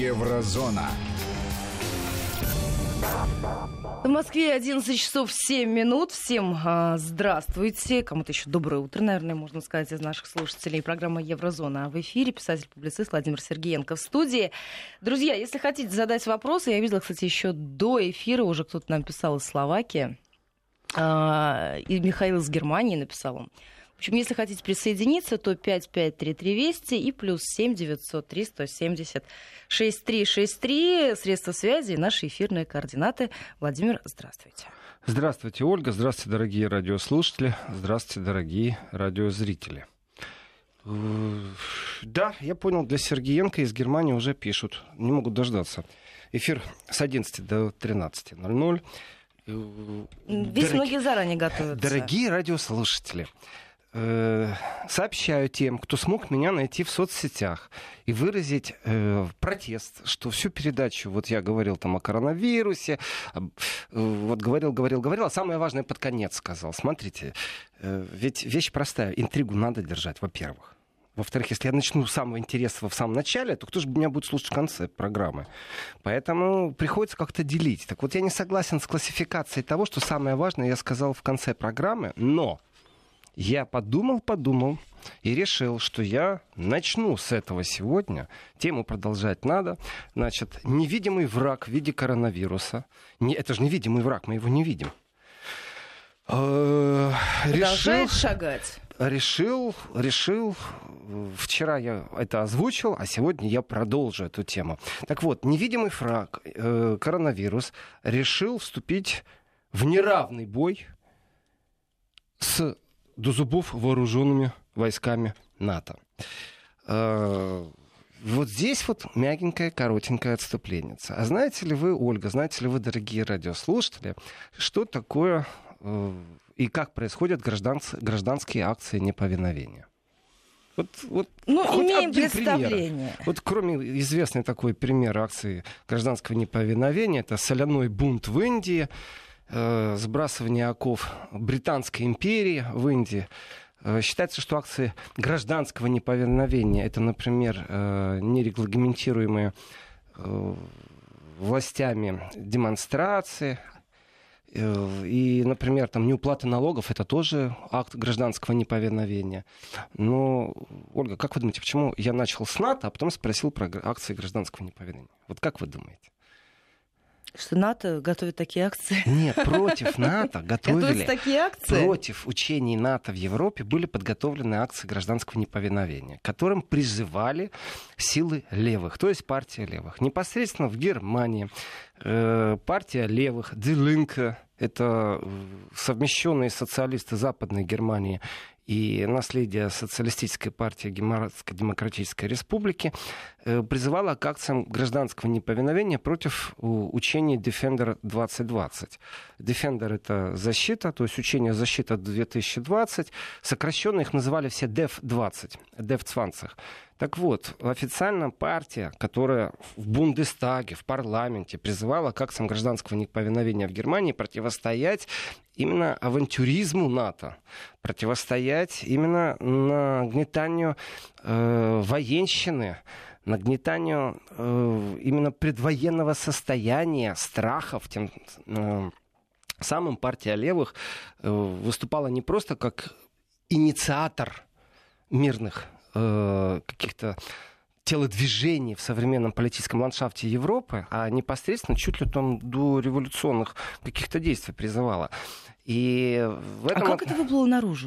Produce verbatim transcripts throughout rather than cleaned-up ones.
Еврозона. В Москве одиннадцать часов семь минут. Всем а, здравствуйте. Кому-то еще доброе утро, наверное, можно сказать, из наших слушателей. Программа «Еврозона» в эфире. Писатель-публицист Владимир Сергеенко в студии. Друзья, если хотите задать вопросы, я видела, кстати, еще до эфира уже кто-то нам писал из Словакии. А, и Михаил из Германии написал он. В общем, если хотите присоединиться, то пять пять три три двести и плюс семь девятьсот три сто семьдесят шесть три шесть три. Средства связи и наши эфирные координаты. Владимир, здравствуйте. Здравствуйте, Ольга. Здравствуйте, дорогие радиослушатели. Здравствуйте, дорогие радиозрители. Да, я понял, для Сергеенко из Германии уже пишут. Не могут дождаться. Эфир с одиннадцати до тринадцати ноль ноль. Ведь Дорог... многие заранее готовятся. Дорогие радиослушатели, сообщаю тем, кто смог меня найти в соцсетях и выразить э, протест, что всю передачу, вот я говорил там о коронавирусе, э, вот говорил, говорил, говорил, а самое важное под конец сказал. Смотрите, э, ведь вещь простая, интригу надо держать, во-первых. Во-вторых, если я начну с самого интересного в самом начале, то кто же меня будет слушать в конце программы? Поэтому приходится как-то делить. Так вот, я не согласен с классификацией того, что самое важное я сказал в конце программы, но я подумал, подумал и решил, что я начну с этого сегодня. Тему продолжать надо. Значит, невидимый враг в виде коронавируса. Не, это же невидимый враг, мы его не видим. Продолжает решил, шагать. Решил, решил, вчера я это озвучил, а сегодня я продолжу эту тему. Так вот, невидимый враг, э, коронавирус, решил вступить в неравный бой с до зубов вооруженными войсками НАТО. Э, вот здесь вот мягенькое, коротенькое отступление. А знаете ли вы, Ольга, знаете ли вы, дорогие радиослушатели, что такое э, и как происходят гражданс- гражданские акции неповиновения? Вот, вот, ну, имеем представление. Пример. Вот кроме известной такой пример акции гражданского неповиновения, это соляной бунт в Индии, э, сбрасывание оков Британской империи в Индии. Э, считается, что акции гражданского неповиновения, это, например, э, нерегламентируемые э, властями демонстрации. И, например, там, неуплата налогов — это тоже акт гражданского неповиновения. Но, Ольга, как вы думаете, почему я начал с НАТО, а потом спросил про акции гражданского неповиновения? Вот как вы думаете? Что НАТО готовит такие акции? Нет, против НАТО готовили. такие акции? Против учений НАТО в Европе были подготовлены акции гражданского неповиновения, которым призывали силы левых, то есть партия левых. Непосредственно в Германии э, партия левых, Die Linke, это совмещенные социалисты Западной Германии и наследие социалистической партии Германской Демократической Республики, э, призывала к акциям гражданского неповиновения против учений Defender двадцать двадцать. Defender — это защита, то есть учение защита две тысячи двадцать. Сокращенно их называли все деф двадцать, деф двадцать. Так вот, официально партия, которая в Бундестаге, в парламенте призывала к акциям гражданского неповиновения в Германии противостоять именно авантюризму НАТО, противостоять именно нагнетанию э, военщины, нагнетанию э, именно предвоенного состояния, страхов. Тем э, самым партия левых э, выступала не просто как инициатор мирных каких-то телодвижений в современном политическом ландшафте Европы, а непосредственно чуть ли там до революционных каких-то действий призывала. И в этом... А как это выплыло наружу?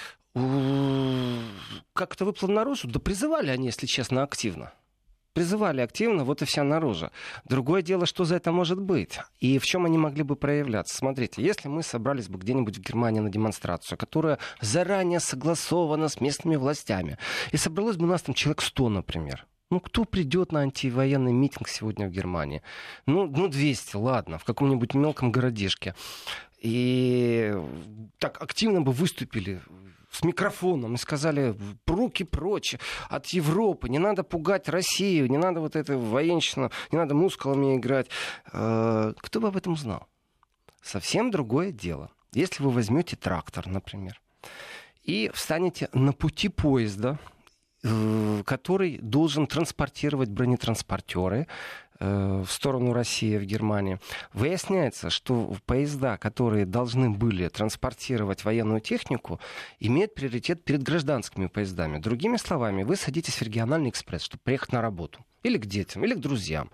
Как это выплыло наружу? Да призывали они, если честно, активно. Призывали активно, вот и вся наружу. Другое дело, что за это может быть. И в чем они могли бы проявляться. Смотрите, если мы собрались бы где-нибудь в Германии на демонстрацию, которая заранее согласована с местными властями, и собралось бы у нас там человек сто, например. Ну, кто придет на антивоенный митинг сегодня в Германии? Ну, ну двести, ладно, в каком-нибудь мелком городишке. И так активно бы выступили с микрофоном и сказали: руки прочь от Европы, не надо пугать Россию, не надо вот эту военщину, не надо мускулами играть. Кто бы об этом знал? Совсем другое дело. Если вы возьмете трактор, например, и встанете на пути поезда, который должен транспортировать бронетранспортеры в сторону России, в Германии. Выясняется, что поезда, которые должны были транспортировать военную технику, имеют приоритет перед гражданскими поездами. Другими словами, вы садитесь в региональный экспресс, чтобы приехать на работу. Или к детям, или к друзьям.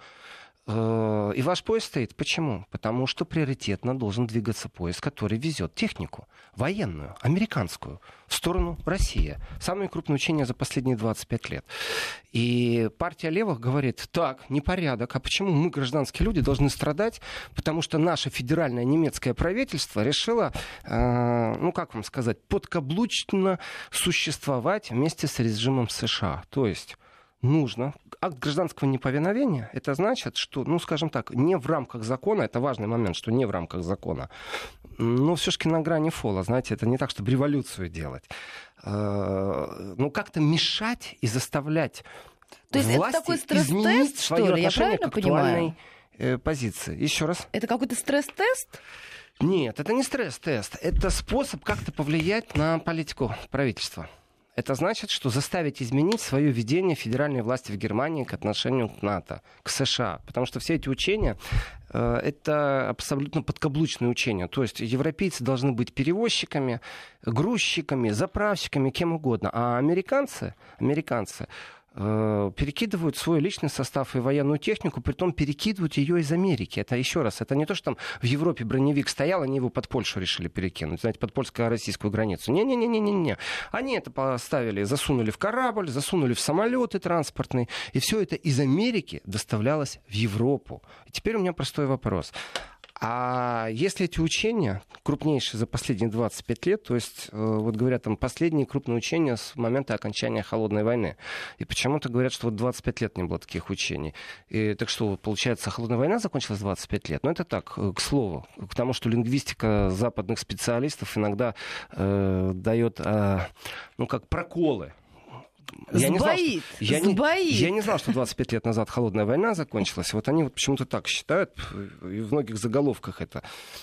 И ваш поезд стоит. Почему? Потому что приоритетно должен двигаться поезд, который везет технику военную, американскую, в сторону России. Самые крупные учения за последние двадцать пять лет. И партия левых говорит: так, непорядок, а почему мы, гражданские люди, должны страдать? Потому что наше федеральное немецкое правительство решило, э, ну как вам сказать, подкаблучно существовать вместе с режимом США. То есть нужно. Акт гражданского неповиновения, это значит, что, ну, скажем так, не в рамках закона, это важный момент, что не в рамках закона, но все-таки на грани фола, знаете, это не так, чтобы революцию делать. Ну, как-то мешать и заставлять То есть власти это такой изменить стресс-тест, свое что ли? Я отношение правильно к актуальной понимаю? позиции. Еще раз. Это какой-то стресс-тест? Нет, это не стресс-тест, это способ как-то повлиять на политику правительства. Это значит, что заставить изменить свое видение федеральной власти в Германии к отношению к НАТО, к США. Потому что все эти учения э, — это абсолютно подкаблучные учения. То есть европейцы должны быть перевозчиками, грузчиками, заправщиками, кем угодно. А американцы, американцы э, перекидывают свой личный состав и военную технику, притом перекидывают ее из Америки. Это еще раз, это не то, что там в Европе броневик стоял, они его под Польшу решили перекинуть, знаете, под польско-российскую границу. Не-не-не-не-не. Они это поставили, засунули в корабль, засунули в самолеты транспортные, и все это из Америки доставлялось в Европу. И теперь у меня простой вопрос. А если эти учения крупнейшие за последние двадцать пять лет, то есть, вот говорят, там последние крупные учения с момента окончания Холодной войны, и почему-то говорят, что вот двадцать пять лет не было таких учений. И, так что, получается, Холодная война закончилась двадцать пять лет? Но это так, к слову, к тому, что лингвистика западных специалистов иногда э, дает, э, ну, как проколы. Я не, знал, что, я, не, я не знал, что двадцать пять лет назад Холодная война закончилась. Вот они вот почему-то так считают, и в многих заголовках это.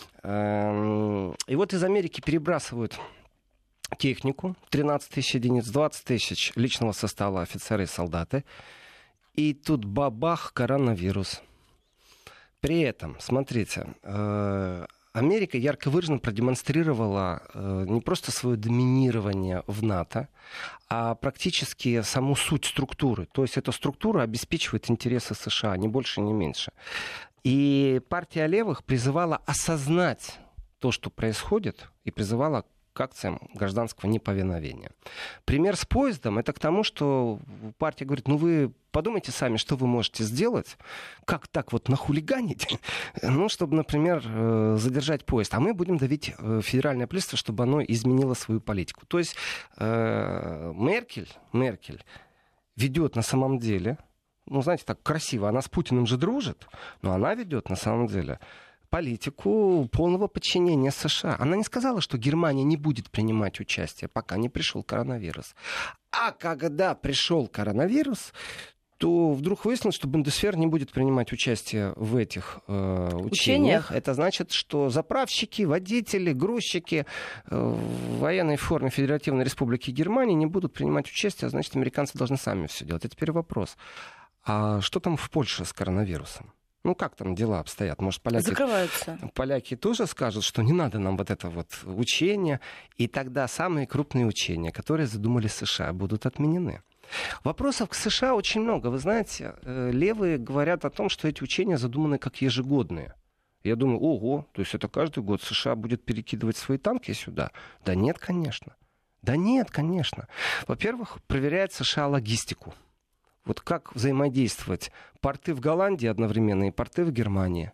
И вот из Америки перебрасывают технику, тринадцать тысяч единиц, двадцать тысяч личного состава, офицеры и солдаты. И тут бабах, коронавирус. При этом, смотрите, Америка ярко выраженно продемонстрировала э, не просто свое доминирование в НАТО, а практически саму суть структуры. То есть эта структура обеспечивает интересы США, ни больше, ни меньше. И партия левых призывала осознать то, что происходит, и призывала к акциям гражданского неповиновения. Пример с поездом — это к тому, что партия говорит: ну вы подумайте сами, что вы можете сделать, как так вот нахулиганить, ну, чтобы, например, задержать поезд. А мы будем давить федеральное правительство, чтобы оно изменило свою политику. То есть э, Меркель, Меркель ведет на самом деле, ну, знаете, так красиво, она с Путиным же дружит, но она ведет на самом деле политику полного подчинения США. Она не сказала, что Германия не будет принимать участие, пока не пришел коронавирус. А когда пришел коронавирус, то вдруг выяснилось, что Бундесвер не будет принимать участие в этих э, учениях. учениях. Это значит, что заправщики, водители, грузчики э, в военной форме Федеративной Республики Германии не будут принимать участие, а значит, американцы должны сами все делать. А теперь вопрос. А что там в Польше с коронавирусом? Ну, как там дела обстоят? Может, поляки... Закрываются. Поляки тоже скажут, что не надо нам вот это вот учение, и тогда самые крупные учения, которые задумали США, будут отменены. Вопросов к США очень много. Вы знаете, левые говорят о том, что эти учения задуманы как ежегодные. Я думаю, ого, то есть это каждый год США будет перекидывать свои танки сюда? Да нет, конечно. Да нет, конечно. Во-первых, проверяет США логистику. Вот как взаимодействовать порты в Голландии одновременно и порты в Германии.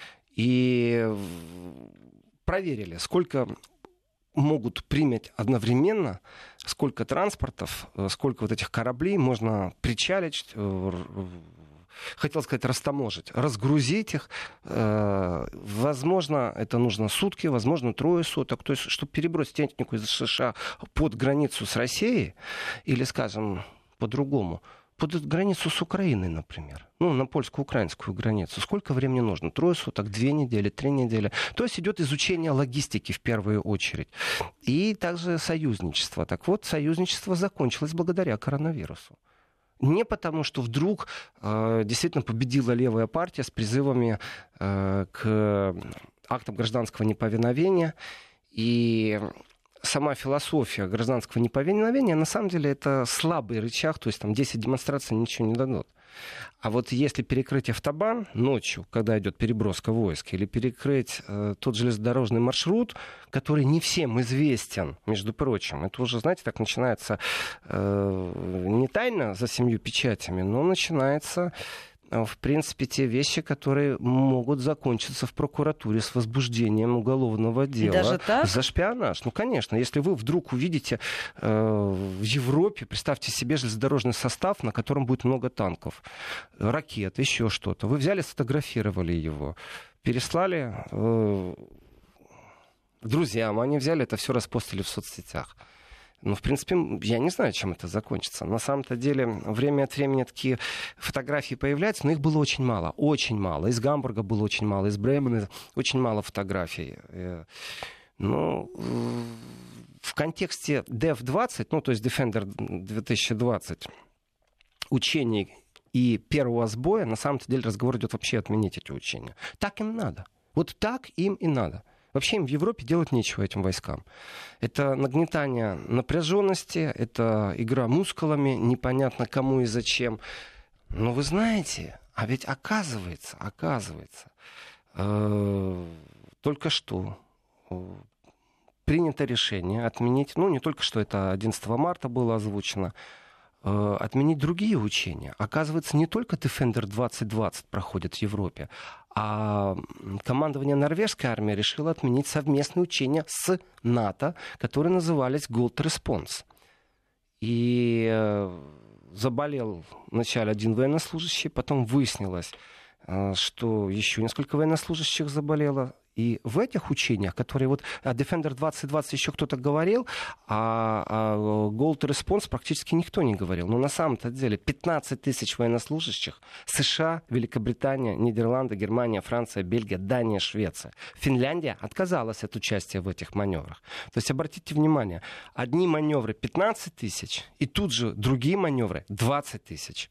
И проверили, сколько могут принять одновременно, сколько транспортов, сколько вот этих кораблей можно причалить, хотел сказать, растаможить, разгрузить их. Возможно, это нужно сутки, возможно, трое суток. То есть, чтобы перебросить технику из США под границу с Россией, или, скажем, по-другому, под границу с Украиной, например. Ну, на польско-украинскую границу. Сколько времени нужно? Трое суток, две недели, три недели. То есть идет изучение логистики в первую очередь. И также союзничество. Так вот, союзничество закончилось благодаря коронавирусу. Не потому, что вдруг э, действительно победила левая партия с призывами э, к актам гражданского неповиновения. И сама философия гражданского неповиновения, на самом деле, это слабый рычаг, то есть там десять демонстраций ничего не дадут. А вот если перекрыть автобан ночью, когда идет переброска войск, или перекрыть э, тот железнодорожный маршрут, который не всем известен, между прочим, это уже, знаете, так начинается э, не тайно за семью печатями, но начинается... в принципе, те вещи, которые могут закончиться в прокуратуре с возбуждением уголовного дела. Даже так? За шпионаж. Ну, конечно. Если вы вдруг увидите э, в Европе, представьте себе железнодорожный состав, на котором будет много танков, ракет, еще что-то. Вы взяли, сфотографировали его, переслали э, друзьям, они взяли это все, распостили в соцсетях. Ну, в принципе, я не знаю, чем это закончится. На самом-то деле, время от времени такие фотографии появляются, но их было очень мало. Очень мало. Из Гамбурга было очень мало, из Бремена очень мало фотографий. Ну, в контексте дэф двадцать, ну, то есть Defender две тысячи двадцать, учений и первого сбоя, на самом-то деле разговор идет вообще отменить эти учения. Так им надо. Вот так им и надо. Вообще им в Европе делать нечего, этим войскам. Это нагнетание напряженности, это игра мускулами, непонятно кому и зачем. Но вы знаете, а ведь оказывается, оказывается, э, только что э, принято решение отменить, ну не только что, это одиннадцатого марта было озвучено, э, отменить другие учения. Оказывается, не только Defender двадцать двадцать проходит в Европе, а командование норвежской армии решило отменить совместные учения с НАТО, которые назывались Gold Response. И э, заболел вначале один военнослужащий, потом выяснилось, э, что еще несколько военнослужащих заболело. И в этих учениях, которые вот о Defender двадцать двадцать еще кто-то говорил, а о Gold Response практически никто не говорил. Но на самом-то деле пятнадцать тысяч военнослужащих США, Великобритания, Нидерланды, Германия, Франция, Бельгия, Дания, Швеция. Финляндия отказалась от участия в этих маневрах. То есть обратите внимание, одни маневры пятнадцать тысяч, и тут же другие маневры двадцать тысяч.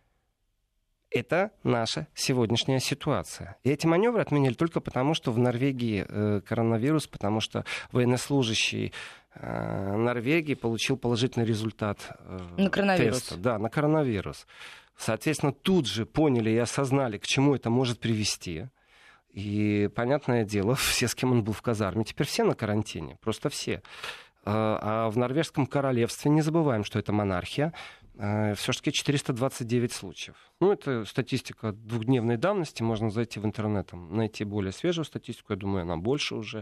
Это наша сегодняшняя ситуация. И эти маневры отменили только потому, что в Норвегии э, коронавирус, потому что военнослужащий э, Норвегии получил положительный результат э, на коронавирус. теста. Да, на коронавирус. Соответственно, тут же поняли и осознали, к чему это может привести. И, понятное дело, все, с кем он был в казарме, теперь все на карантине. Просто все. А в Норвежском королевстве, не забываем, что это монархия, все-таки четыреста двадцать девять случаев. Ну, это статистика двухдневной давности. Можно зайти в интернет, там, найти более свежую статистику. Я думаю, она больше уже.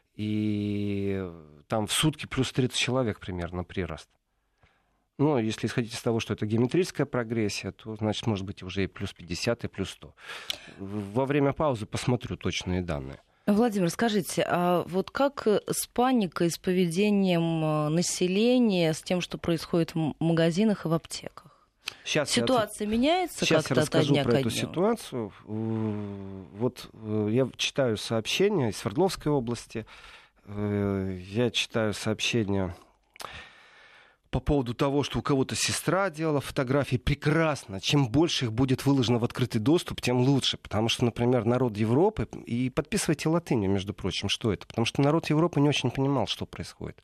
И там в сутки плюс тридцать человек примерно прирост. Ну, если исходить из того, что это геометрическая прогрессия, то, значит, может быть, уже и плюс пятьдесят, и плюс сто. Во время паузы посмотрю точные данные. Владимир, скажите, а вот как с паникой, с поведением населения, с тем, что происходит в магазинах и в аптеках? Сейчас Ситуация я, меняется сейчас как-то я расскажу ото дня про ко эту дню? ситуацию. Вот я читаю сообщения из Свердловской области, я читаю сообщения по поводу того, что у кого-то сестра делала фотографии. Прекрасно. Чем больше их будет выложено в открытый доступ, тем лучше. Потому что, например, народ Европы... И подписывайте латынью, между прочим, что это. Потому что народ Европы не очень понимал, что происходит.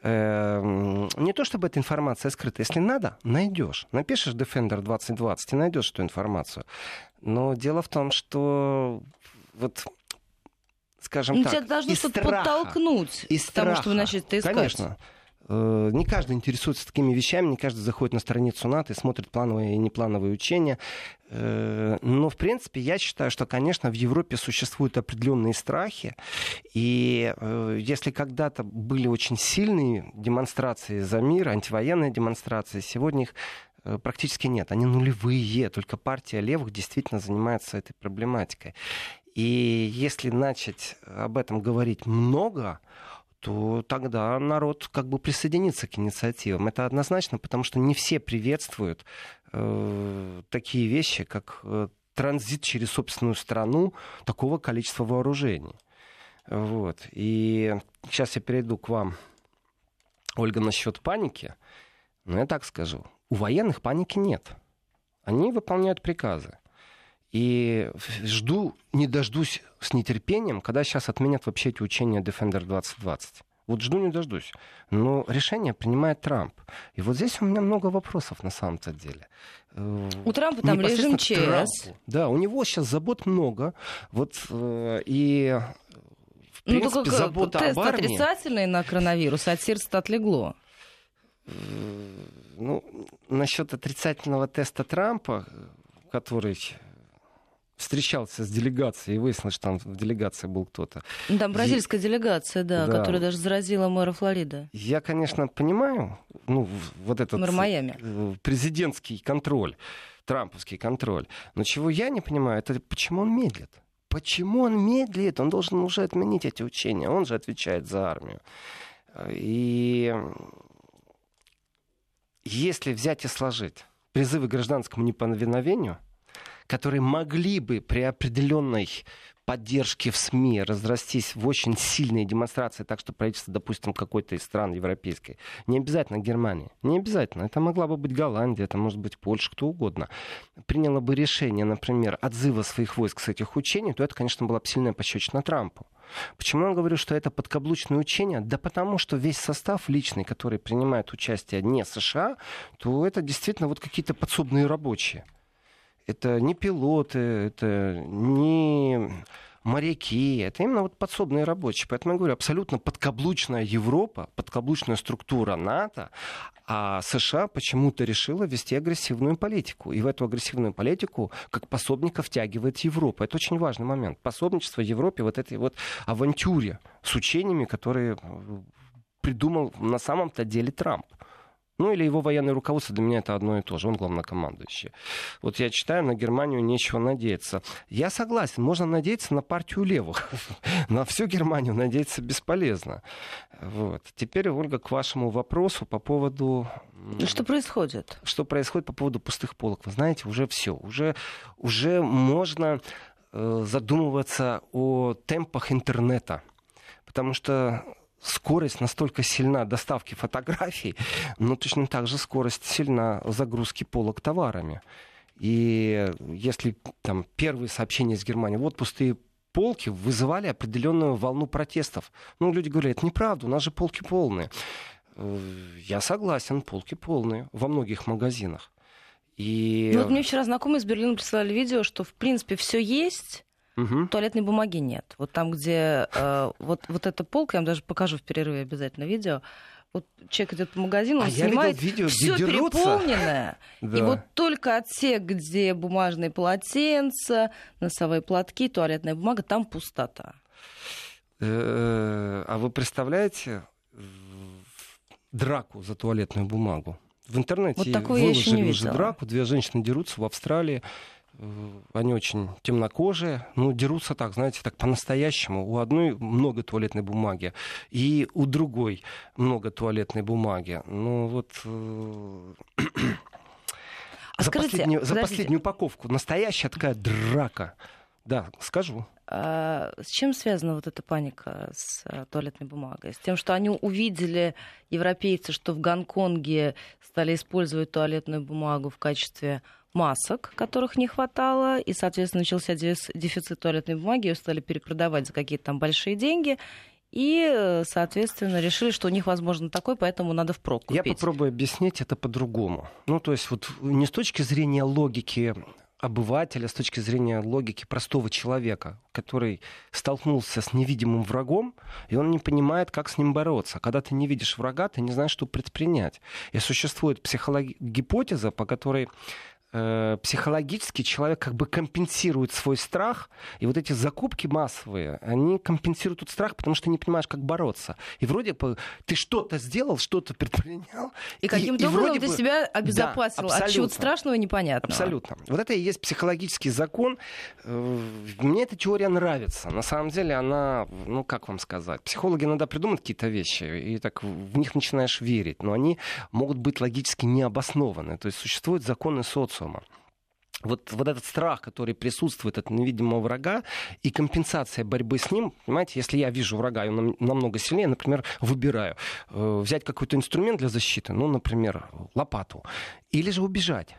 Не то чтобы эта информация скрыта. Если надо, найдешь. Напишешь Defender двадцать двадцать и найдешь эту информацию. Но дело в том, что... вот, скажем ну, так, тебя должно что-то подтолкнуть из к тому, страха, что вы начали-то искать. Конечно. Не каждый интересуется такими вещами, не каждый заходит на страницу НАТО и смотрит плановые и неплановые учения. Но, в принципе, я считаю, что, конечно, в Европе существуют определенные страхи. И если когда-то были очень сильные демонстрации за мир, антивоенные демонстрации, сегодня их практически нет. Они нулевые. Только партия левых действительно занимается этой проблематикой. И если начать об этом говорить много, то тогда народ как бы присоединится к инициативам. Это однозначно, потому что не все приветствуют э, такие вещи, как э, транзит через собственную страну такого количества вооружений. Вот. И сейчас я перейду к вам, Ольга, насчет паники. Но я так скажу. У военных паники нет. Они выполняют приказы. И жду, не дождусь с нетерпением, когда сейчас отменят вообще эти учения Defender двадцать двадцать. Вот жду, не дождусь. Но решение принимает Трамп. И вот здесь у меня много вопросов на самом-то деле. У Трампа там режим ЧС. Да, у него сейчас забот много. Вот, и, в принципе, ну, забота тест об армии... отрицательный на коронавирус, от сердца отлегло. Ну, насчет отрицательного теста Трампа, который... встречался с делегацией, и выяснилось, что там в делегации был кто-то. Там бразильская и... делегация, да, да, которая даже заразила мэра Флориды. Я, конечно, понимаю, ну, вот этот мэр Майами. Президентский контроль, трамповский контроль. Но чего я не понимаю, это почему он медлит? Почему он медлит? Он должен уже отменить эти учения. Он же отвечает за армию. И если взять и сложить призывы к гражданскому неповиновению, которые могли бы при определенной поддержке в СМИ разрастись в очень сильные демонстрации, так что правительство, допустим, какой-то из стран европейской, не обязательно Германия, не обязательно, это могла бы быть Голландия, это может быть Польша, кто угодно, приняло бы решение, например, отзыва своих войск с этих учений, то это, конечно, была бы сильная пощечина Трампу. Почему я говорю, что это подкаблучное учение? Да потому что весь состав личный, который принимает участие не США, то это действительно вот какие-то подсобные рабочие. Это не пилоты, это не моряки, это именно вот подсобные рабочие. Поэтому я говорю, абсолютно подкаблучная Европа, подкаблучная структура НАТО, а США почему-то решила вести агрессивную политику. И в эту агрессивную политику как пособника втягивает Европа. Это очень важный момент. Пособничество Европе вот этой вот авантюре с учениями, которые придумал на самом-то деле Трамп. Ну, или его военное руководство, для меня это одно и то же. Он главнокомандующий. Вот я читаю, на Германию нечего надеяться. Я согласен, можно надеяться на партию левых. На всю Германию надеяться бесполезно. Вот. Теперь, Ольга, к вашему вопросу по поводу... Что происходит? Что происходит по поводу пустых полок? Вы знаете, уже все. Уже, уже можно э, задумываться о темпах интернета. Потому что... скорость настолько сильна доставки фотографий, но точно так же скорость сильна загрузки полок товарами. И если там первые сообщения из Германии, вот пустые полки вызывали определенную волну протестов. Ну, люди говорят, это неправда, у нас же полки полные. Я согласен, полки полные во многих магазинах. И... Ну, вот мне вчера знакомые из Берлина прислали видео, что в принципе все есть, угу. Туалетной бумаги нет. Вот там, где э, вот, вот эта полка, я вам даже покажу в перерыве обязательно видео. Вот человек идет по магазину, он а снимает все переполненное. Да. И вот только отсек, где бумажные полотенца, носовые платки, туалетная бумага, там пустота. А вы представляете драку за туалетную бумагу? В интернете вот выложили уже драку, две женщины дерутся в Австралии. Они очень темнокожие, ну, дерутся так, знаете, так по-настоящему. У одной много туалетной бумаги, и у другой много туалетной бумаги. Ну, вот... А за, скажите, последнюю, за последнюю упаковку настоящая такая драка. Да, скажу. А с чем связана вот эта паника с туалетной бумагой? С тем, что они увидели, европейцы, что в Гонконге стали использовать туалетную бумагу в качестве масок, которых не хватало, и, соответственно, начался дефицит туалетной бумаги, ее стали перепродавать за какие-то там большие деньги, и, соответственно, решили, что у них, возможно, такой, поэтому надо впрок купить. Я попробую объяснить это по-другому. Ну, то есть вот не с точки зрения логики обывателя, с точки зрения логики простого человека, который столкнулся с невидимым врагом, и он не понимает, как с ним бороться. Когда ты не видишь врага, ты не знаешь, что предпринять. И существует психолог... гипотеза, по которой психологически человек как бы компенсирует свой страх, и вот эти закупки массовые, они компенсируют этот страх, потому что ты не понимаешь, как бороться. И вроде бы ты что-то сделал, что-то предпринял. И каким-то образом ты бы... себя обезопасил да, от чего-то страшного и непонятного. Абсолютно. Вот это и есть психологический закон. Мне эта теория нравится. На самом деле она, ну как вам сказать, психологи иногда придумают какие-то вещи, и так в них начинаешь верить, но они могут быть логически необоснованы. То есть существуют законы социума. Вот, вот этот страх, который присутствует от невидимого врага, и компенсация борьбы с ним, понимаете, если я вижу врага, и он намного сильнее, например, выбираю э, взять какой-то инструмент для защиты, ну, например, лопату, или же убежать.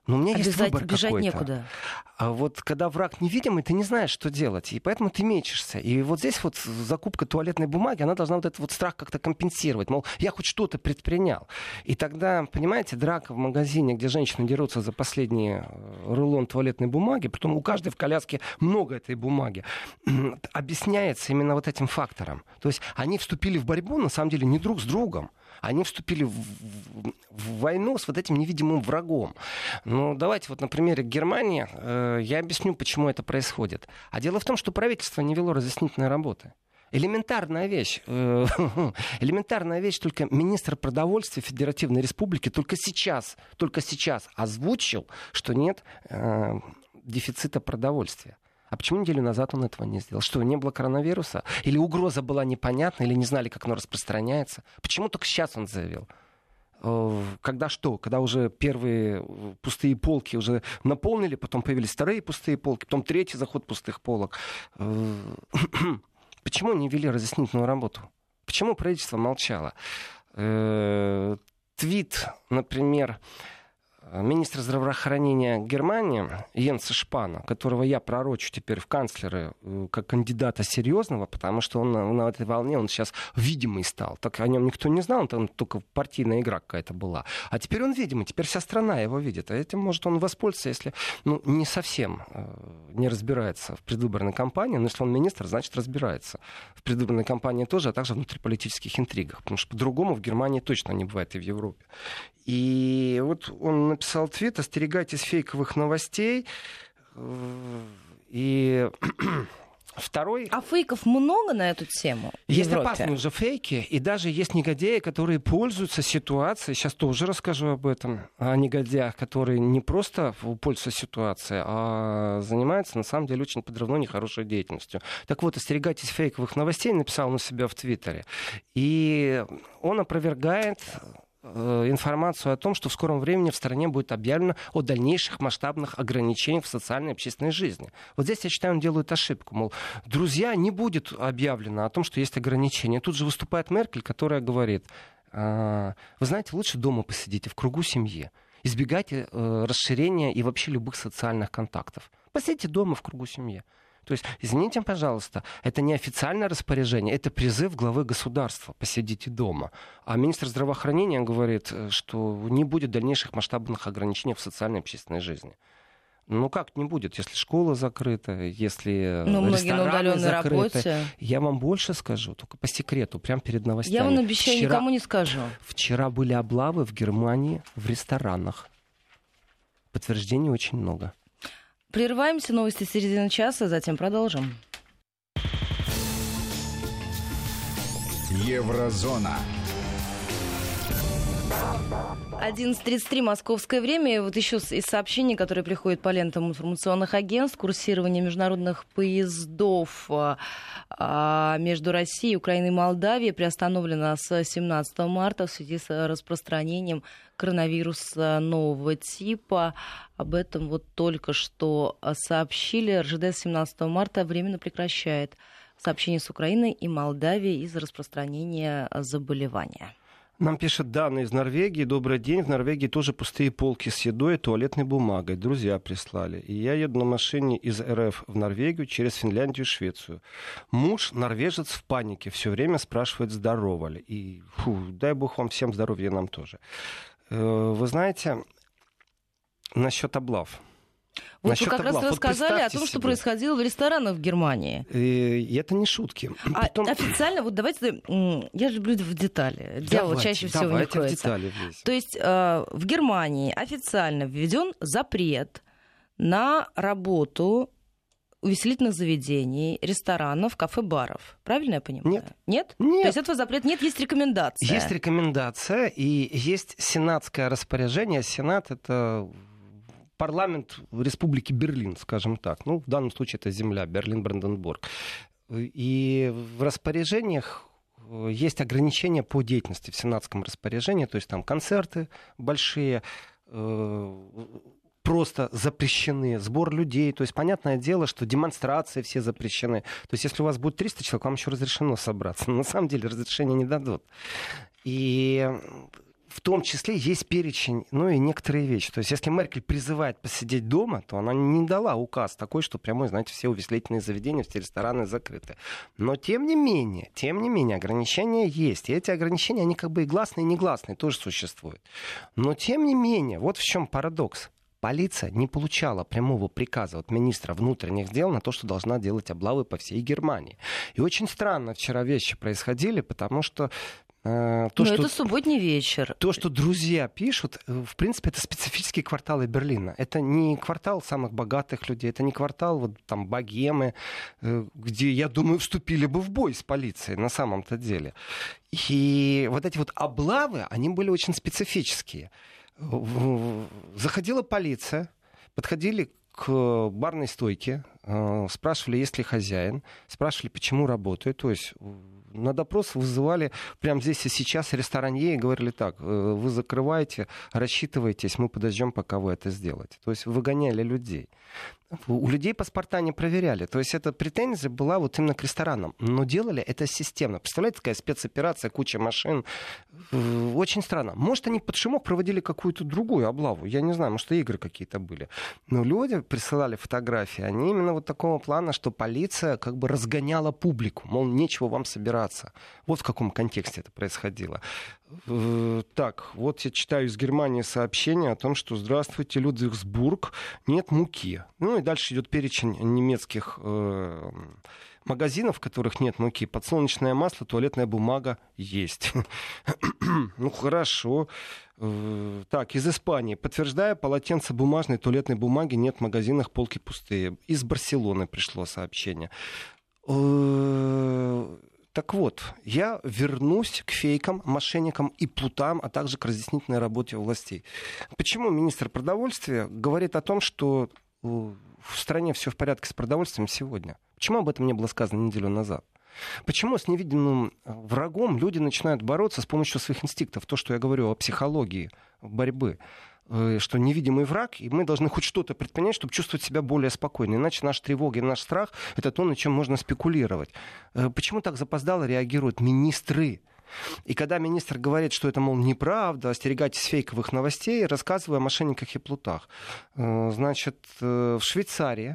Но у меня есть Обязать, выбор бежать какой-то. некуда. А вот когда враг невидимый, ты не знаешь, что делать. И поэтому ты мечешься. И вот здесь вот закупка туалетной бумаги, она должна вот этот вот страх как-то компенсировать. Мол, я хоть что-то предпринял. И тогда, понимаете, драка в магазине, где женщины дерутся за последний рулон туалетной бумаги, притом у каждой в коляске много этой бумаги, объясняется именно вот этим фактором. То есть они вступили в борьбу, на самом деле, не друг с другом. Они вступили в, в, в войну с вот этим невидимым врагом. Ну, давайте вот на примере Германии э, я объясню, почему это происходит. А дело в том, что правительство не вело разъяснительной работы. Элементарная вещь. Э, элементарная вещь, только министр продовольствия Федеративной Республики только сейчас, только сейчас озвучил, что нет э, дефицита продовольствия. А почему неделю назад он этого не сделал? Что, не было коронавируса? Или угроза была непонятна, или не знали, как она распространяется? Почему только сейчас он заявил? Когда что? Когда уже первые пустые полки уже наполнили, потом появились вторые пустые полки, потом третий заход пустых полок. Почему не вели разъяснительную работу? Почему правительство молчало? Твит, например, министр здравоохранения Германии Йенса Шпана, которого я пророчу теперь в канцлеры как кандидата серьезного, потому что он на, на этой волне, он сейчас видимый стал. Так о нем никто не знал, там только партийная игра какая-то была. А теперь он видимый, теперь вся страна его видит. А этим может он воспользоваться, если ну, не совсем э, не разбирается в предвыборной кампании. Но если он министр, значит разбирается в предвыборной кампании тоже, а также в внутриполитических интригах. Потому что по-другому в Германии точно не бывает и в Европе. И вот он написал твит: остерегайтесь фейковых новостей. И второй... А фейков много на эту тему? Есть опасные уже фейки, и даже есть негодяи, которые пользуются ситуацией. Сейчас тоже расскажу об этом. О негодяях, которые не просто пользуются ситуацией, а занимаются, на самом деле, очень подрывной, нехорошей деятельностью. Так вот, остерегайтесь фейковых новостей, написал он у себя в Твиттере. И он опровергает информацию о том, что в скором времени в стране будет объявлено о дальнейших масштабных ограничениях в социальной и общественной жизни. Вот здесь, я считаю, он делает ошибку. Мол, друзья, не будет объявлено о том, что есть ограничения. Тут же выступает Меркель, которая говорит: вы знаете, лучше дома посидите, в кругу семьи. Избегайте расширения и вообще любых социальных контактов. Посидите дома в кругу семьи. То есть, извините, пожалуйста, это не официальное распоряжение, это призыв главы государства: посидите дома. А министр здравоохранения говорит, что не будет дальнейших масштабных ограничений в социальной и общественной жизни. Ну как не будет, если школа закрыта, если Но рестораны закрыты? Работе. Я вам больше скажу, только по секрету, прямо перед новостями. Я вам обещаю, вчера, никому не скажу. Вчера были облавы в Германии в ресторанах. Подтверждений очень много. Прерываемся, новости середины часа, затем продолжим. Еврозона. одиннадцать тридцать три московское время. И вот еще из сообщений, которые приходят по лентам информационных агентств: курсирование международных поездов между Россией, Украиной и Молдавией приостановлено с семнадцатого марта в связи с распространением коронавируса нового типа. Об этом вот только что сообщили. эр жэ дэ с семнадцатого марта временно прекращает сообщение с Украиной и Молдавией из-за распространения заболевания. Нам пишет Дана из Норвегии. Добрый день. В Норвегии тоже пустые полки с едой и туалетной бумагой. Друзья прислали. И я еду на машине из эр эф в Норвегию через Финляндию и Швецию. Муж, норвежец, в панике. Все время спрашивает, здорово ли. И фу, дай бог вам всем здоровья, нам тоже. Вы знаете, насчет облав. Вот Насчет вы как облав. раз рассказали вот о том, себе. что происходило в ресторанах в Германии. И это не шутки. А Потом... официально, вот давайте, я люблю в детали. Дьявол давайте, чаще всего не кроется. В детали влезем. То есть э, в Германии официально введен запрет на работу увеселительных заведений, ресторанов, кафе-баров. Правильно я понимаю? Нет. Нет? Нет. То есть этого запрета нет, есть рекомендация. Есть рекомендация, и есть сенатское распоряжение. Сенат — это парламент Республики Берлин, скажем так. Ну, в данном случае это земля, Берлин-Бранденбург. И в распоряжениях есть ограничения по деятельности в сенатском распоряжении, то есть там концерты большие, просто запрещены, сбор людей. То есть, понятное дело, что демонстрации все запрещены. То есть, если у вас будет триста человек, вам еще разрешено собраться. Но на самом деле разрешения не дадут. И в том числе есть перечень, ну и некоторые вещи. То есть если Меркель призывает посидеть дома, то она не дала указ такой, что прямой, знаете, все увеселительные заведения, все рестораны закрыты. Но тем не менее, тем не менее, ограничения есть. И эти ограничения, они как бы и гласные, и негласные тоже существуют. Но тем не менее, вот в чем парадокс. Полиция не получала прямого приказа от министра внутренних дел на то, что должна делать облавы по всей Германии. И очень странно вчера вещи происходили, потому что э, то, Но что, это субботний вечер. То, что друзья пишут, в принципе, это специфические кварталы Берлина. Это не квартал самых богатых людей, это не квартал вот, там, богемы, э, где, я думаю, вступили бы в бой с полицией на самом-то деле. И вот эти вот облавы, они были очень специфические. Заходила полиция, подходили к барной стойке, спрашивали, есть ли хозяин, спрашивали, почему работает. То есть на допрос вызывали прямо здесь и сейчас ресторанье и говорили так: вы закрываете, рассчитываетесь, мы подождем, пока вы это сделаете. То есть выгоняли людей. У людей паспорта не проверяли. То есть эта претензия была вот именно к ресторанам. Но делали это системно. Представляете, такая спецоперация, куча машин. Очень странно. Может, они под шумок проводили какую-то другую облаву. Я не знаю, может, игры какие-то были. Но люди присылали фотографии. Они именно вот такого плана, что полиция как бы разгоняла публику. Мол, нечего вам собираться. Вот в каком контексте это происходило. Так, вот я читаю из Германии сообщение о том, что «Здравствуйте, Людвигсбург, нет муки». Ну и дальше идет перечень немецких э, магазинов, в которых нет муки. Подсолнечное масло, туалетная бумага есть. Ну хорошо. Так, из Испании. Подтверждаю, полотенца бумажной, туалетной бумаги нет в магазинах, полки пустые. Из Барселоны пришло сообщение. Так вот, я вернусь к фейкам, мошенникам и плутам, а также к разъяснительной работе властей. Почему министр продовольствия говорит о том, что в стране все в порядке с продовольствием сегодня? Почему об этом не было сказано неделю назад? Почему с невидимым врагом люди начинают бороться с помощью своих инстинктов? То, что я говорю о психологии борьбы. Что невидимый враг, и мы должны хоть что-то предпринять, чтобы чувствовать себя более спокойно. Иначе наша тревога и наш страх — это то, на чем можно спекулировать. Почему так запоздало реагируют министры? И когда министр говорит, что это, мол, неправда, остерегайтесь фейковых новостей, рассказывая о мошенниках и плутах. Значит, в Швейцарии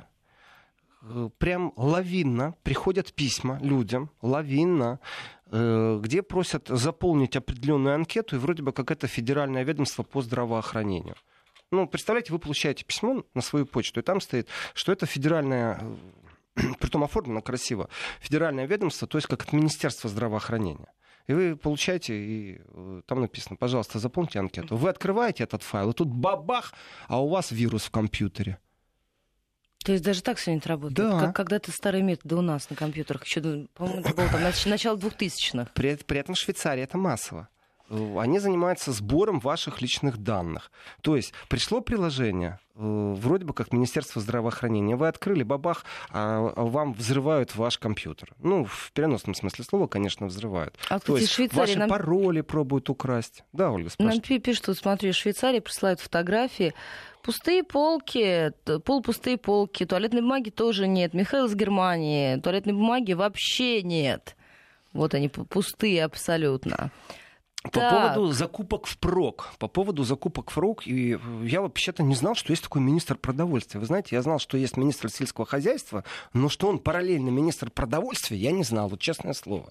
прям лавинно приходят письма людям, лавинно, где просят заполнить определенную анкету, и вроде бы как это федеральное ведомство по здравоохранению. Ну, представляете, вы получаете письмо на свою почту, и там стоит, что это федеральное, притом оформлено красиво, федеральное ведомство, то есть как от Министерства здравоохранения. И вы получаете, и там написано, пожалуйста, заполните анкету. Вы открываете этот файл, и тут бабах, а у вас вирус в компьютере. То есть даже так сегодня это работает? Да. Как когда-то старые методы у нас на компьютерах. Еще, по-моему, это было там начало двухтысячных. При, при этом в Швейцарии это массово. Они занимаются сбором ваших личных данных. То есть пришло приложение, вроде бы как Министерство здравоохранения. Вы открыли, бабах, а вам взрывают ваш компьютер. Ну, в переносном смысле слова, конечно, взрывают. А, То есть ваши нам... пароли пробуют украсть. Да, Ольга, спрашивайте. Нам пишут, вот смотри, в Швейцарии присылают фотографии. Пустые полки, полупустые полки, туалетной бумаги тоже нет. Михаил из Германии, туалетной бумаги вообще нет. Вот они, пустые абсолютно. По так. поводу закупок впрок. По поводу закупок впрок. И я вообще-то не знал, что есть такой министр продовольствия. Вы знаете, я знал, что есть министр сельского хозяйства, но что он параллельно министр продовольствия, я не знал, вот честное слово.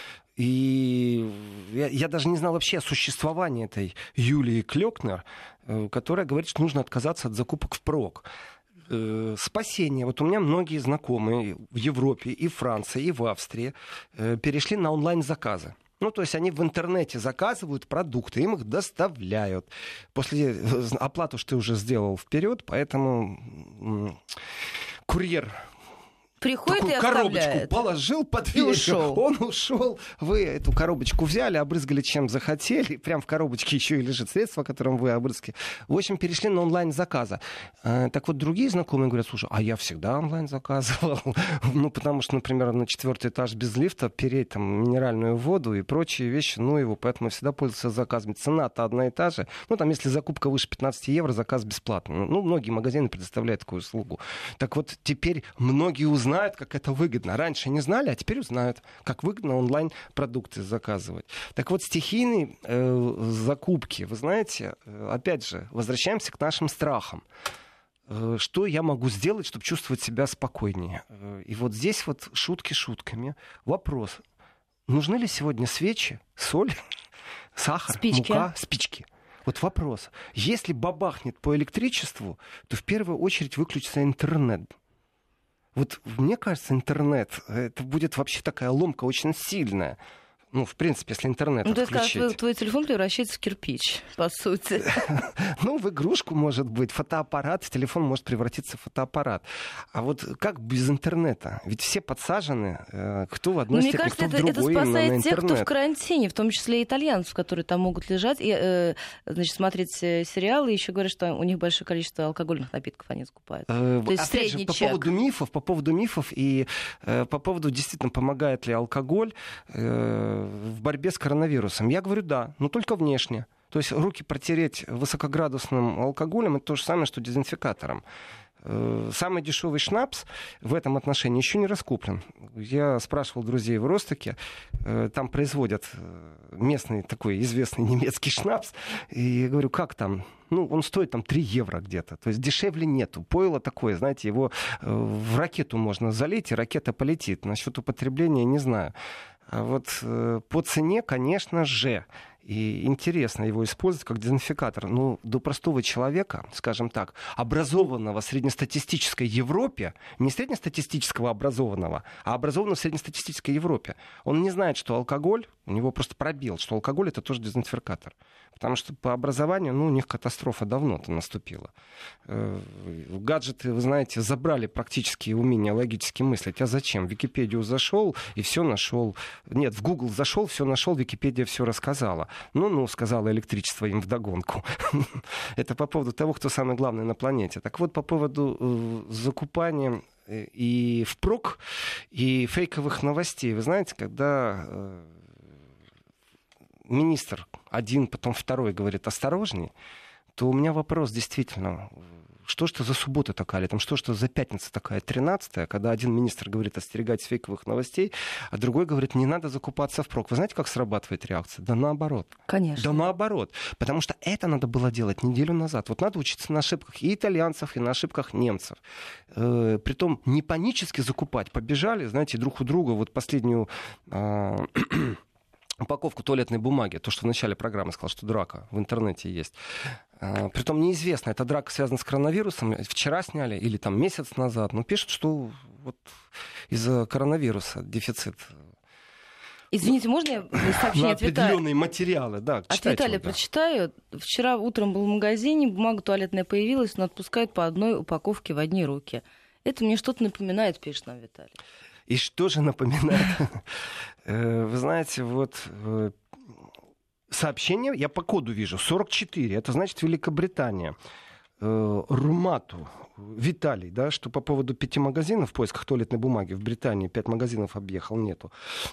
И я, я даже не знал вообще о существовании этой Юлии Клёкнер, которая говорит, что нужно отказаться от закупок впрок. Спасение. Вот у меня многие знакомые в Европе, и в Франции, и в Австрии перешли на онлайн-заказы. Ну, то есть они в интернете заказывают продукты, им их доставляют. После оплату, что ты уже сделал вперед, поэтому курьер приходит такую и коробочку оставляет. Положил под дверь, ушел. Он ушел. Вы эту коробочку взяли, обрызгали чем захотели. Прям в коробочке еще и лежит средство, которым вы обрызгали. В общем, перешли на онлайн-заказы. Так вот, другие знакомые говорят, слушай, а я всегда онлайн заказывал. Ну, потому что, например, на четвертый этаж без лифта переть там минеральную воду и прочие вещи, ну, его, поэтому всегда пользуются заказами. Цена-то одна и та же. Ну, там, если закупка выше пятнадцать евро, заказ бесплатный. Ну, многие магазины предоставляют такую услугу. Так вот, теперь многие узнали, знают, как это выгодно. Раньше не знали, а теперь узнают, как выгодно онлайн-продукты заказывать. Так вот, стихийные э, закупки, вы знаете, э, опять же, возвращаемся к нашим страхам. Э, что я могу сделать, чтобы чувствовать себя спокойнее? Э, и вот здесь вот шутки шутками. Вопрос. Нужны ли сегодня свечи, соль, сахар, спички. мука, спички? Вот вопрос. Если бабахнет по электричеству, то в первую очередь выключится интернет. Вот мне кажется, интернет, это будет вообще такая ломка очень сильная. Ну, в принципе, если интернет ну, отключить. То есть, когда твой телефон превращается в кирпич, по сути. Ну, в игрушку может быть, фотоаппарат, телефон может превратиться в фотоаппарат. А вот как без интернета? Ведь все подсажены, кто в одной ну, степени, кто в другой. Мне кажется, это, это спасает тех, кто в интернет. карантине, в том числе и итальянцев, которые там могут лежать и э, значит, смотреть сериалы, и еще говорят, что у них большое количество алкогольных напитков они закупают. Э, То есть опять средний же, по чек. поводу мифов, по поводу мифов и э, по поводу, действительно, помогает ли алкоголь э, в борьбе с коронавирусом. Я говорю, да, но только внешне. То есть руки протереть высокоградусным алкоголем — это то же самое, что дезинфикатором. Самый дешевый шнапс в этом отношении еще не раскуплен. Я спрашивал друзей в Ростоке, там производят местный такой известный немецкий шнапс, и я говорю, как там? Ну, он стоит там три евро где-то. То есть дешевле нету. Пойло такое, знаете, его в ракету можно залить, и ракета полетит. Насчет употребления не знаю. А вот по цене, конечно же, и интересно его использовать как дезинфикатор. Ну, до простого человека, скажем так, образованного в среднестатистической Европе, не среднестатистического образованного, а образованного в среднестатистической Европе, он не знает, что алкоголь, у него просто пробел, что алкоголь — это тоже дезинфикатор. Потому что по образованию, ну, у них катастрофа давно-то наступила. Гаджеты, вы знаете, забрали практически умение логически мыслить. А зачем? В Википедию зашел и все нашел. Нет, в Google зашел, все нашел, Википедия все рассказала. Ну-ну, сказала электричество им вдогонку. Это по поводу того, кто самый главный на планете. Так вот, по поводу закупания и впрок, и фейковых новостей. Вы знаете, когда министр один, потом второй говорит «осторожней», то у меня вопрос действительно, что ж это за суббота такая, или там что ж это за пятница такая, тринадцатая, когда один министр говорит остерегать фейковых новостей, а другой говорит, не надо закупаться впрок. Вы знаете, как срабатывает реакция? Да наоборот. Конечно. Да наоборот. Потому что это надо было делать неделю назад. Вот надо учиться на ошибках и итальянцев, и на ошибках немцев. Э, притом не панически закупать. Побежали, знаете, друг у друга, вот последнюю... Э, упаковку туалетной бумаги, то, что в начале программы сказал, что драка в интернете есть. А, притом неизвестно, эта драка связана с коронавирусом, вчера сняли или там месяц назад, но пишут, что вот из-за коронавируса дефицит. Извините, можно я сообщение на от Виталия? определенные материалы, да. От Виталия вот, да. прочитаю. Вчера утром был в магазине, бумага туалетная появилась, но отпускают по одной упаковке в одни руки. Это мне что-то напоминает, пишет нам Виталий. И что же напоминает? Вы знаете, вот сообщение, я по коду вижу, сорок четыре, это значит Великобритания. Румату, Виталий, да, что по поводу пяти магазинов в поисках туалетной бумаги в Британии, пять магазинов объехал, нету.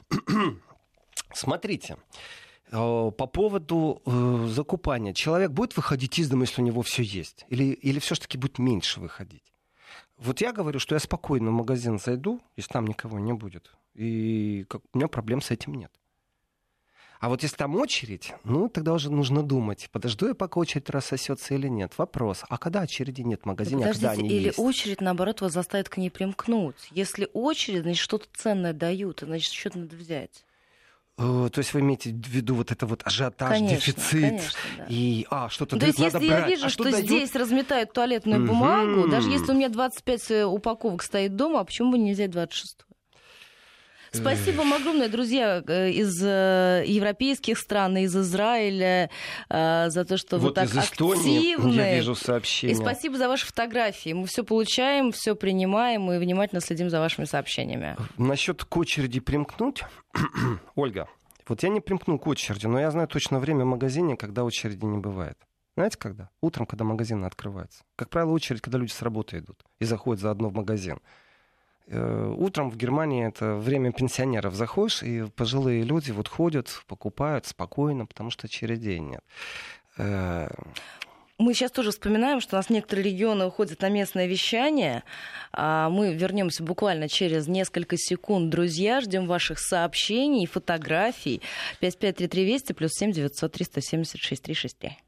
Смотрите, по поводу закупания. Человек будет выходить из дома, если у него все есть? Или, или все-таки будет меньше выходить? Вот я говорю, что я спокойно в магазин зайду, если там никого не будет, и как, у меня проблем с этим нет. А вот если там очередь, ну, тогда уже нужно думать, подожду я, пока очередь рассосется или нет. Вопрос, а когда очереди нет в магазине, а когда они или есть? очередь, наоборот, вас заставит к ней примкнуть. Если очередь, значит, что-то ценное дают, значит, что-то надо взять. То есть вы имеете в виду вот это вот ажиотаж, конечно, дефицит, конечно, да. и а, что-то ну, дают, то есть, надо если брать. я вижу, а что, что здесь разметают туалетную угу. бумагу, даже если у меня двадцать пять упаковок стоит дома, а почему бы не взять двадцать шесть? Спасибо вам огромное, друзья, из европейских стран, из Израиля, за то, что вот вы так из Эстонии активны. Я вижу сообщения. И спасибо за ваши фотографии. Мы все получаем, все принимаем и внимательно следим за вашими сообщениями. Насчет к очереди примкнуть, Ольга, вот я не примкну к очереди, но я знаю точно время в магазине, когда очереди не бывает. Знаете, когда? Утром, когда магазины открываются. Как правило, очередь, когда люди с работы идут и заходят заодно в магазин. Утром в Германии это время пенсионеров. Заходишь, и пожилые люди вот ходят, покупают спокойно, потому что очередей нет. Мы сейчас тоже вспоминаем, что у нас некоторые регионы уходят на местное вещание. Мы вернемся буквально через несколько секунд. Друзья, ждем ваших сообщений, фотографий. пять пять три три Вести плюс семь девятьсот три сто семьдесят шесть три шесть три.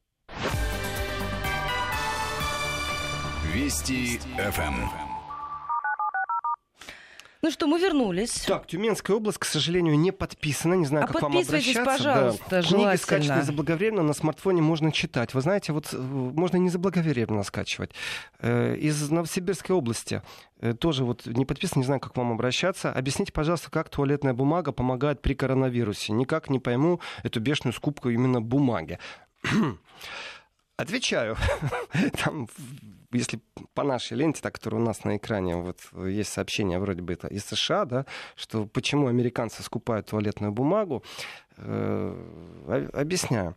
Вести эф эм. Ну что, мы вернулись. Так, Тюменская область, к сожалению, не подписана. Не знаю, а как вам обращаться. Пожалуйста, да. желательно. Книги скачанные заблаговременно на смартфоне можно читать. Вы знаете, вот можно не заблаговременно скачивать. Из Новосибирской области тоже вот не подписано, не знаю, как вам обращаться. Объясните, пожалуйста, как туалетная бумага помогает при коронавирусе. Никак не пойму эту бешеную скупку именно бумаги. Отвечаю. Там, если по нашей ленте, так, которая у нас на экране, вот есть сообщение, вроде бы это из США, да, что почему американцы скупают туалетную бумагу. Э, объясняю.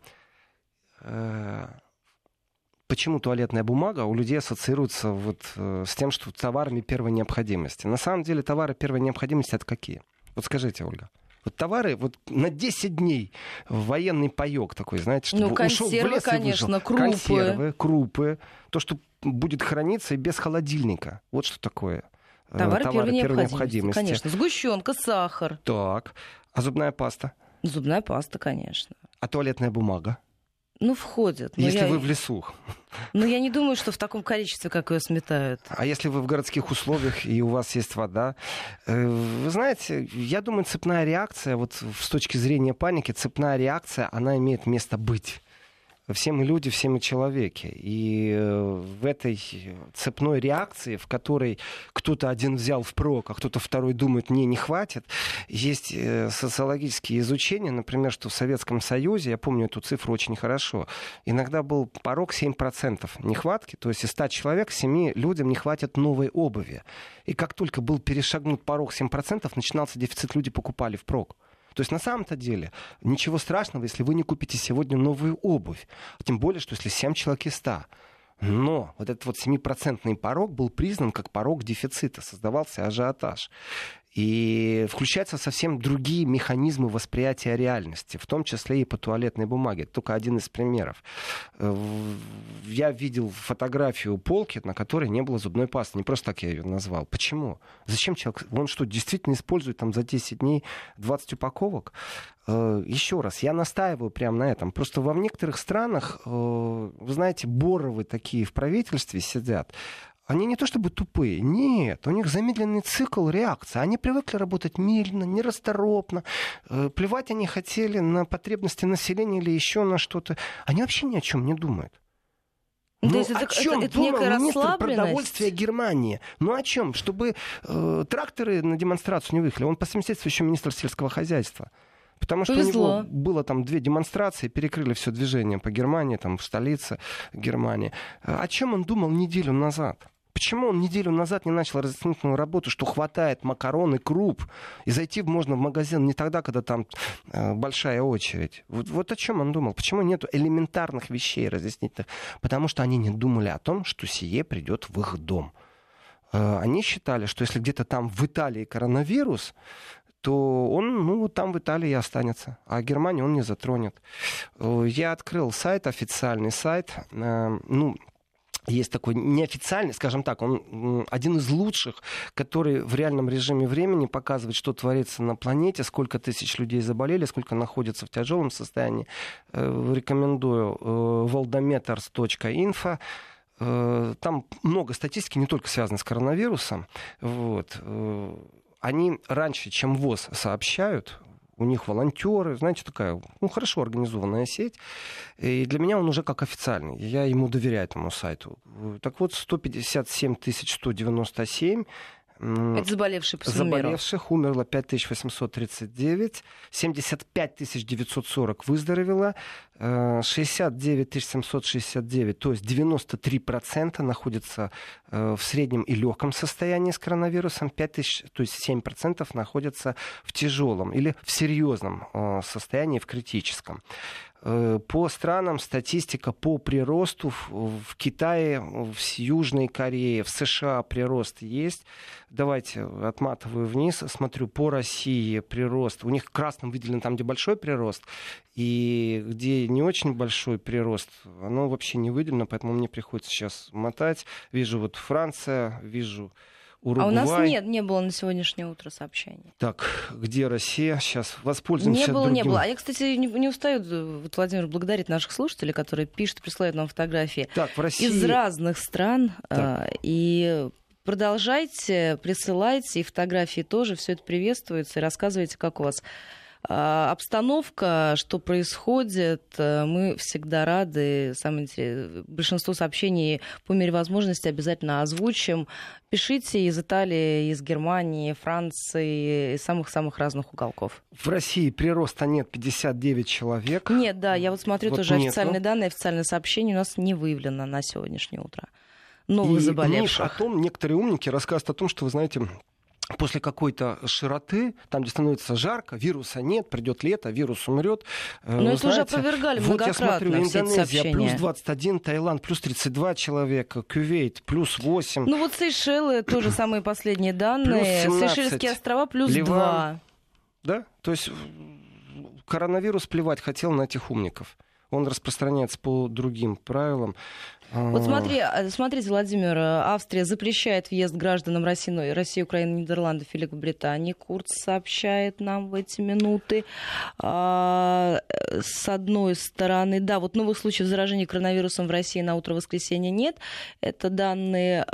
Э, почему туалетная бумага у людей ассоциируется вот с тем, что товарами первой необходимости. На самом деле товары первой необходимости — это какие? Вот скажите, Ольга. Вот товары вот на десять дней военный паёк такой, знаете, чтобы ну, ушел в лес конечно, и выжил. крупы. Консервы, крупы. То, что будет храниться и без холодильника. Вот что такое. Товары, Товары первой, первой необходимости. необходимости. Конечно. Сгущенка, сахар. Так. А зубная паста? Зубная паста, конечно. А туалетная бумага? Ну, входит. Если я... вы в лесу. Ну, я не думаю, что в таком количестве, как ее сметают. А если вы в городских условиях и у вас есть вода? Вы знаете, я думаю, цепная реакция, вот с точки зрения паники, цепная реакция, она имеет место быть. Все мы люди, все мы человеки. И в этой цепной реакции, в которой кто-то один взял впрок, а кто-то второй думает, не, не хватит, есть социологические изучения, например, что в Советском Союзе, я помню эту цифру очень хорошо, иногда был порог семь процентов нехватки, то есть из ста человек семи людям не хватит новой обуви. И как только был перешагнут порог семь процентов, начинался дефицит, люди покупали впрок. То есть на самом-то деле ничего страшного, если вы не купите сегодня новую обувь. Тем более, что если семь человек из ста. Но вот этот вот семипроцентный порог был признан как порог дефицита. Создавался ажиотаж. И включаются совсем другие механизмы восприятия реальности, в том числе и по туалетной бумаге. Это только один из примеров. Я видел фотографию полки, на которой не было зубной пасты. Не просто так я ее назвал. Почему? Зачем человек? Он что, действительно использует там за десять дней двадцать упаковок? Еще раз, я настаиваю прямо на этом. Просто во некоторых странах, вы знаете, боровы такие в правительстве сидят. Они не то чтобы тупые, нет, у них замедленный цикл реакции. Они привыкли работать медленно, нерасторопно. Плевать они хотели на потребности населения или еще на что-то. Они вообще ни о чем не думают. Ну, это, о чем это, это думал министр продовольствия продовольствия Германии? Ну, о чем? Чтобы э, тракторы на демонстрацию не выехали. Он по совместительству еще министр сельского хозяйства. Потому что Повезло. у него было там две демонстрации, перекрыли все движение по Германии, там в столице Германии. О чем он думал неделю назад? Почему он неделю назад не начал разъяснительную работу, что хватает макарон и круп, и зайти можно в магазин не тогда, когда там э, большая очередь? Вот, вот о чем он думал? Почему нет элементарных вещей разъяснительных? Потому что они не думали о том, что сие придет в их дом. Э, они считали, что если где-то там в Италии коронавирус, то он, ну, там в Италии и останется. А Германию он не затронет. Я открыл сайт, официальный сайт. Ну, есть такой неофициальный, скажем так, он один из лучших, который в реальном режиме времени показывает, что творится на планете, сколько тысяч людей заболели, сколько находятся в тяжелом состоянии. Рекомендую волдометрс точка инфо. Там много статистики, не только связанной с коронавирусом. Вот. Они раньше, чем ВОЗ, сообщают. У них волонтеры, знаете, такая, ну, хорошо организованная сеть. И для меня он уже как официальный. Я ему доверяю, этому сайту. Так вот, сто пятьдесят семь тысяч сто девяносто семь. Это заболевшие по всему миру. Заболевших умерло пять тысяч восемьсот тридцать девять, семьдесят пять тысяч девятьсот сорок выздоровело, шестьдесят девять тысяч семьсот шестьдесят девять, то есть девяносто три процента находятся в среднем и легком состоянии с коронавирусом, пять тысяч, то есть семь процентов находятся в тяжелом или в серьезном состоянии, в критическом. По странам статистика по приросту в Китае, в Южной Корее, в США прирост есть. Давайте отматываю вниз, смотрю, по России прирост. У них красным выделен там, где большой прирост, и где не очень большой прирост, оно вообще не выделено, поэтому мне приходится сейчас мотать. Вижу вот Франция, вижу Уругвай. А у нас нет, не было на сегодняшнее утро сообщений. Так, где Россия? Сейчас воспользуемся Не было, другим. не было. А я, кстати, не, не устаю, вот Владимир благодарит наших слушателей, которые пишут, присылают нам фотографии так, в России... из разных стран. Так. И продолжайте, присылайте, и фотографии тоже, все это приветствуется, и рассказывайте, как у вас обстановка, что происходит. Мы всегда рады. Самое интересное, большинство сообщений по мере возможности обязательно озвучим. Пишите из Италии, из Германии, Франции, из самых-самых разных уголков. В России прироста нет, пятьдесят девять человек. Нет, да, я вот смотрю вот тоже нету. Официальные данные, официальные сообщения у нас не выявлено на сегодняшнее утро новых И заболевших. Миш, о том, некоторые умники рассказывают о том, что, вы знаете, после какой-то широты, там, где становится жарко, вируса нет, придет лето, вирус умрет. Но это уже опровергали вот многократно. Я смотрю, Индонезия сообщения. плюс двадцать один, Таиланд плюс тридцать два человека, Кувейт плюс восемь. Ну вот Сейшелы тоже самые последние данные. Сейшельские острова плюс Ливан. два. Да, то есть коронавирус плевать хотел на этих умников. Он распространяется по другим правилам. Вот смотри, смотрите, Владимир, Австрия запрещает въезд гражданам России, России, Украины, Нидерландов, Великобритании. Курц сообщает нам в эти минуты. А, с одной стороны, да, вот новых случаев заражения коронавирусом в России на утро воскресенья нет. Это данные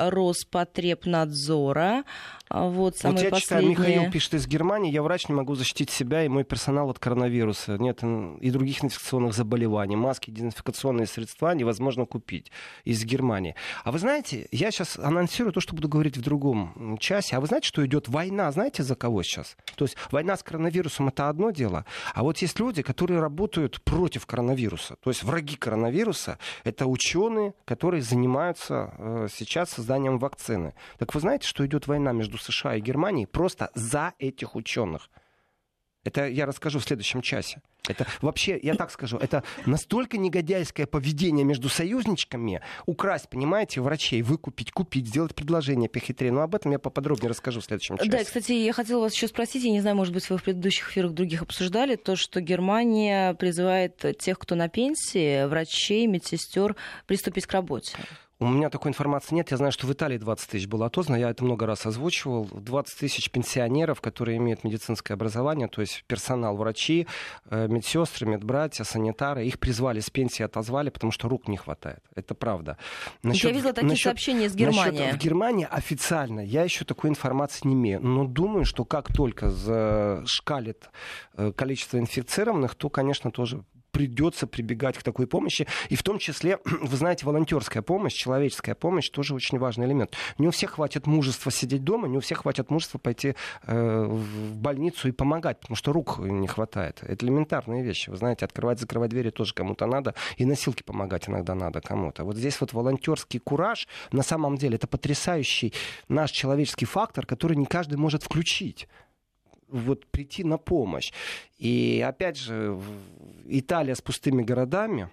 Роспотребнадзора. Вот, вот я последние... читаю, Михаил пишет из Германии: я врач, не могу защитить себя и мой персонал от коронавируса. Нет и других инфекционных заболеваний. Маски, дезинфекционные средства невозможно купить. Из Германии. А вы знаете, я сейчас анонсирую то, что буду говорить в другом часе. А вы знаете, что идет война? Знаете, за кого сейчас? То есть война с коронавирусом — это одно дело. А вот есть люди, которые работают против коронавируса. То есть враги коронавируса — это ученые, которые занимаются э, сейчас созданием вакцины. Так вы знаете, что идет война между США и Германией просто за этих ученых? Это я расскажу в следующем часе. Это вообще, я так скажу, это настолько негодяйское поведение между союзничками: украсть, понимаете, врачей, выкупить, купить, сделать предложение похитрее. Но об этом я поподробнее расскажу в следующем часе. Да, кстати, я хотела вас еще спросить, я не знаю, может быть, вы в предыдущих эфирах других обсуждали, то, что Германия призывает тех, кто на пенсии, врачей, медсестер, приступить к работе. У меня такой информации нет. Я знаю, что в Италии двадцать тысяч было отозвано. Я это много раз озвучивал. двадцать тысяч пенсионеров, которые имеют медицинское образование, то есть персонал, врачи, медсестры, медбратья, санитары. Их призвали с пенсии, отозвали, потому что рук не хватает. Это правда. Насчет, я видела такие насчет, сообщения из Германии. Насчет, в Германии официально я еще такой информации не имею. Но думаю, что как только зашкалит количество инфицированных, то, конечно, тоже придется прибегать к такой помощи. И в том числе, вы знаете, волонтерская помощь, человеческая помощь тоже очень важный элемент. Не у всех хватит мужества сидеть дома, не у всех хватит мужества пойти э, в больницу и помогать, потому что рук не хватает. Это элементарные вещи. Вы знаете, открывать, закрывать двери тоже кому-то надо, и носилки помогать иногда надо кому-то. Вот здесь вот волонтерский кураж, на самом деле, это потрясающий наш человеческий фактор, который не каждый может включить. Вот прийти на помощь. И опять же, Италия с пустыми городами,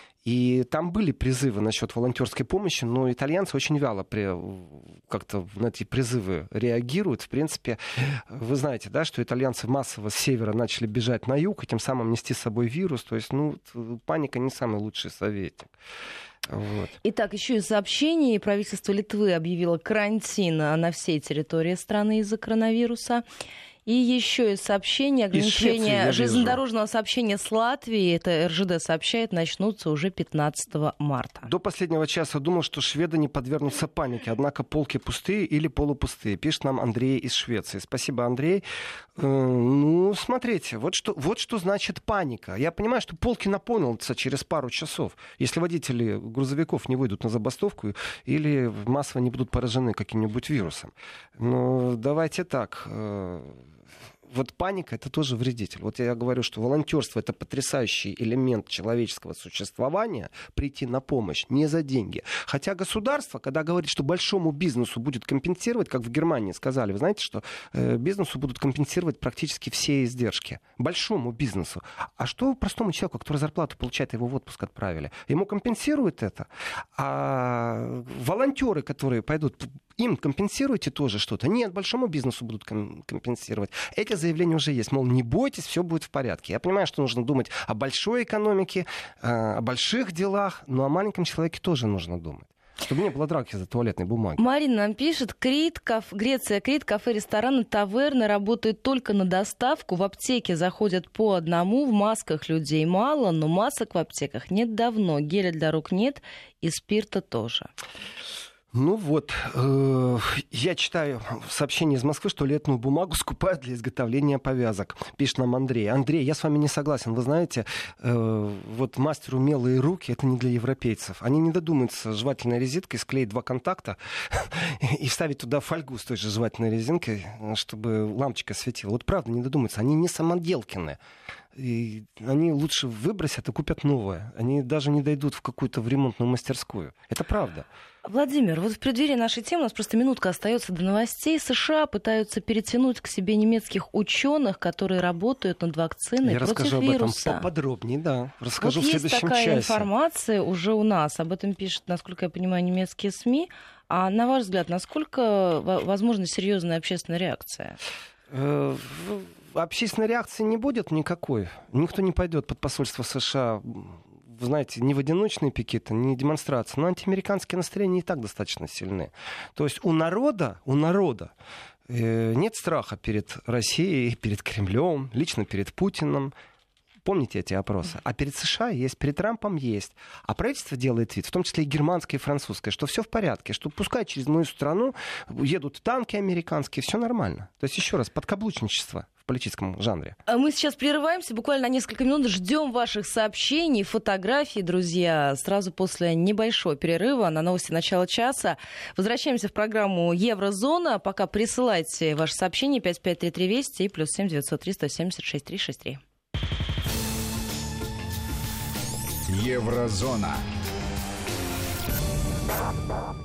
и там были призывы насчет волонтерской помощи, но итальянцы очень вяло при, как-то на эти призывы реагируют. В принципе, вы знаете, да, что итальянцы массово с севера начали бежать на юг и тем самым нести с собой вирус. То есть, ну, паника не самый лучший советник. Вот. Итак, еще из сообщений. Правительство Литвы объявило карантин на всей территории страны из-за коронавируса. И еще из сообщения, ограничения железнодорожного сообщения с Латвией, это эр жэ дэ сообщает, начнутся уже пятнадцатого марта. До последнего часа думал, что шведы не подвергнутся панике, однако полки пустые или полупустые, пишет нам Андрей из Швеции. Спасибо, Андрей. Э, ну, смотрите, вот что, вот что значит паника. Я понимаю, что полки наполнятся через пару часов, если водители грузовиков не выйдут на забастовку или массово не будут поражены каким-нибудь вирусом. Но давайте так... Э, вот паника — это тоже вредитель. Вот я говорю, что волонтерство — это потрясающий элемент человеческого существования, прийти на помощь не за деньги. Хотя государство, когда говорит, что большому бизнесу будет компенсировать, как в Германии сказали, вы знаете, что э, бизнесу будут компенсировать практически все издержки. Большому бизнесу. А что простому человеку, который зарплату получает, его в отпуск отправили? Ему компенсируют это. А волонтеры, которые пойдут, им компенсируете тоже что-то? Нет, большому бизнесу будут компенсировать. Эти заявления уже есть. Мол, не бойтесь, все будет в порядке. Я понимаю, что нужно думать о большой экономике, о больших делах, но о маленьком человеке тоже нужно думать. Чтобы не было драки за туалетной бумаги. Марина нам пишет, Крит, каф... Греция, Крит, кафе, рестораны, таверны работают только на доставку. В аптеке заходят по одному, в масках людей мало, но масок в аптеках нет давно. Геля для рук нет и спирта тоже. Ну вот, э, я читаю сообщение из Москвы, что туалетную бумагу скупают для изготовления повязок. Пишет нам Андрей. Андрей, я с вами не согласен. Вы знаете, э, вот мастер умелые руки — это не для европейцев. Они не додумаются жевательной резинкой склеить два контакта и вставить туда фольгу с той же жевательной резинкой, чтобы лампочка светила. Вот правда, не додумаются. Они не самоделкины. И они лучше выбросят и купят новое. Они даже не дойдут в какую-то в ремонтную мастерскую. Это правда. Владимир, вот в преддверии нашей темы, у нас просто минутка остается до новостей. США пытаются перетянуть к себе немецких ученых, которые работают над вакциной Я против расскажу вируса. об этом поподробнее, да. Расскажу вот в следующем есть такая часе. информация уже у нас. Об этом пишут, насколько я понимаю, немецкие СМИ. А на ваш взгляд, насколько возможна серьезная общественная реакция? Общественной реакции не будет никакой. Никто не пойдет под посольство США, вы знаете, ни в одиночные пикеты, ни демонстрации. Но антиамериканские настроения и так достаточно сильны. То есть у народа, у народа э, нет страха перед Россией, перед Кремлем, лично перед Путиным. Помните эти опросы? А перед США есть, перед Трампом есть. А правительство делает вид, в том числе и германское, и французское, что все в порядке, что пускай через мою страну едут танки американские, все нормально. То есть, еще раз, подкаблучничество в политическом жанре. Мы сейчас прерываемся буквально на несколько минут. Ждем ваших сообщений, фотографий, друзья, сразу после небольшого перерыва на новости начала часа. Возвращаемся в программу Еврозона. Пока присылайте ваши сообщения пять пять три три Вести и плюс семь девятьсот три сто семьдесят шесть три шесть три. Еврозона.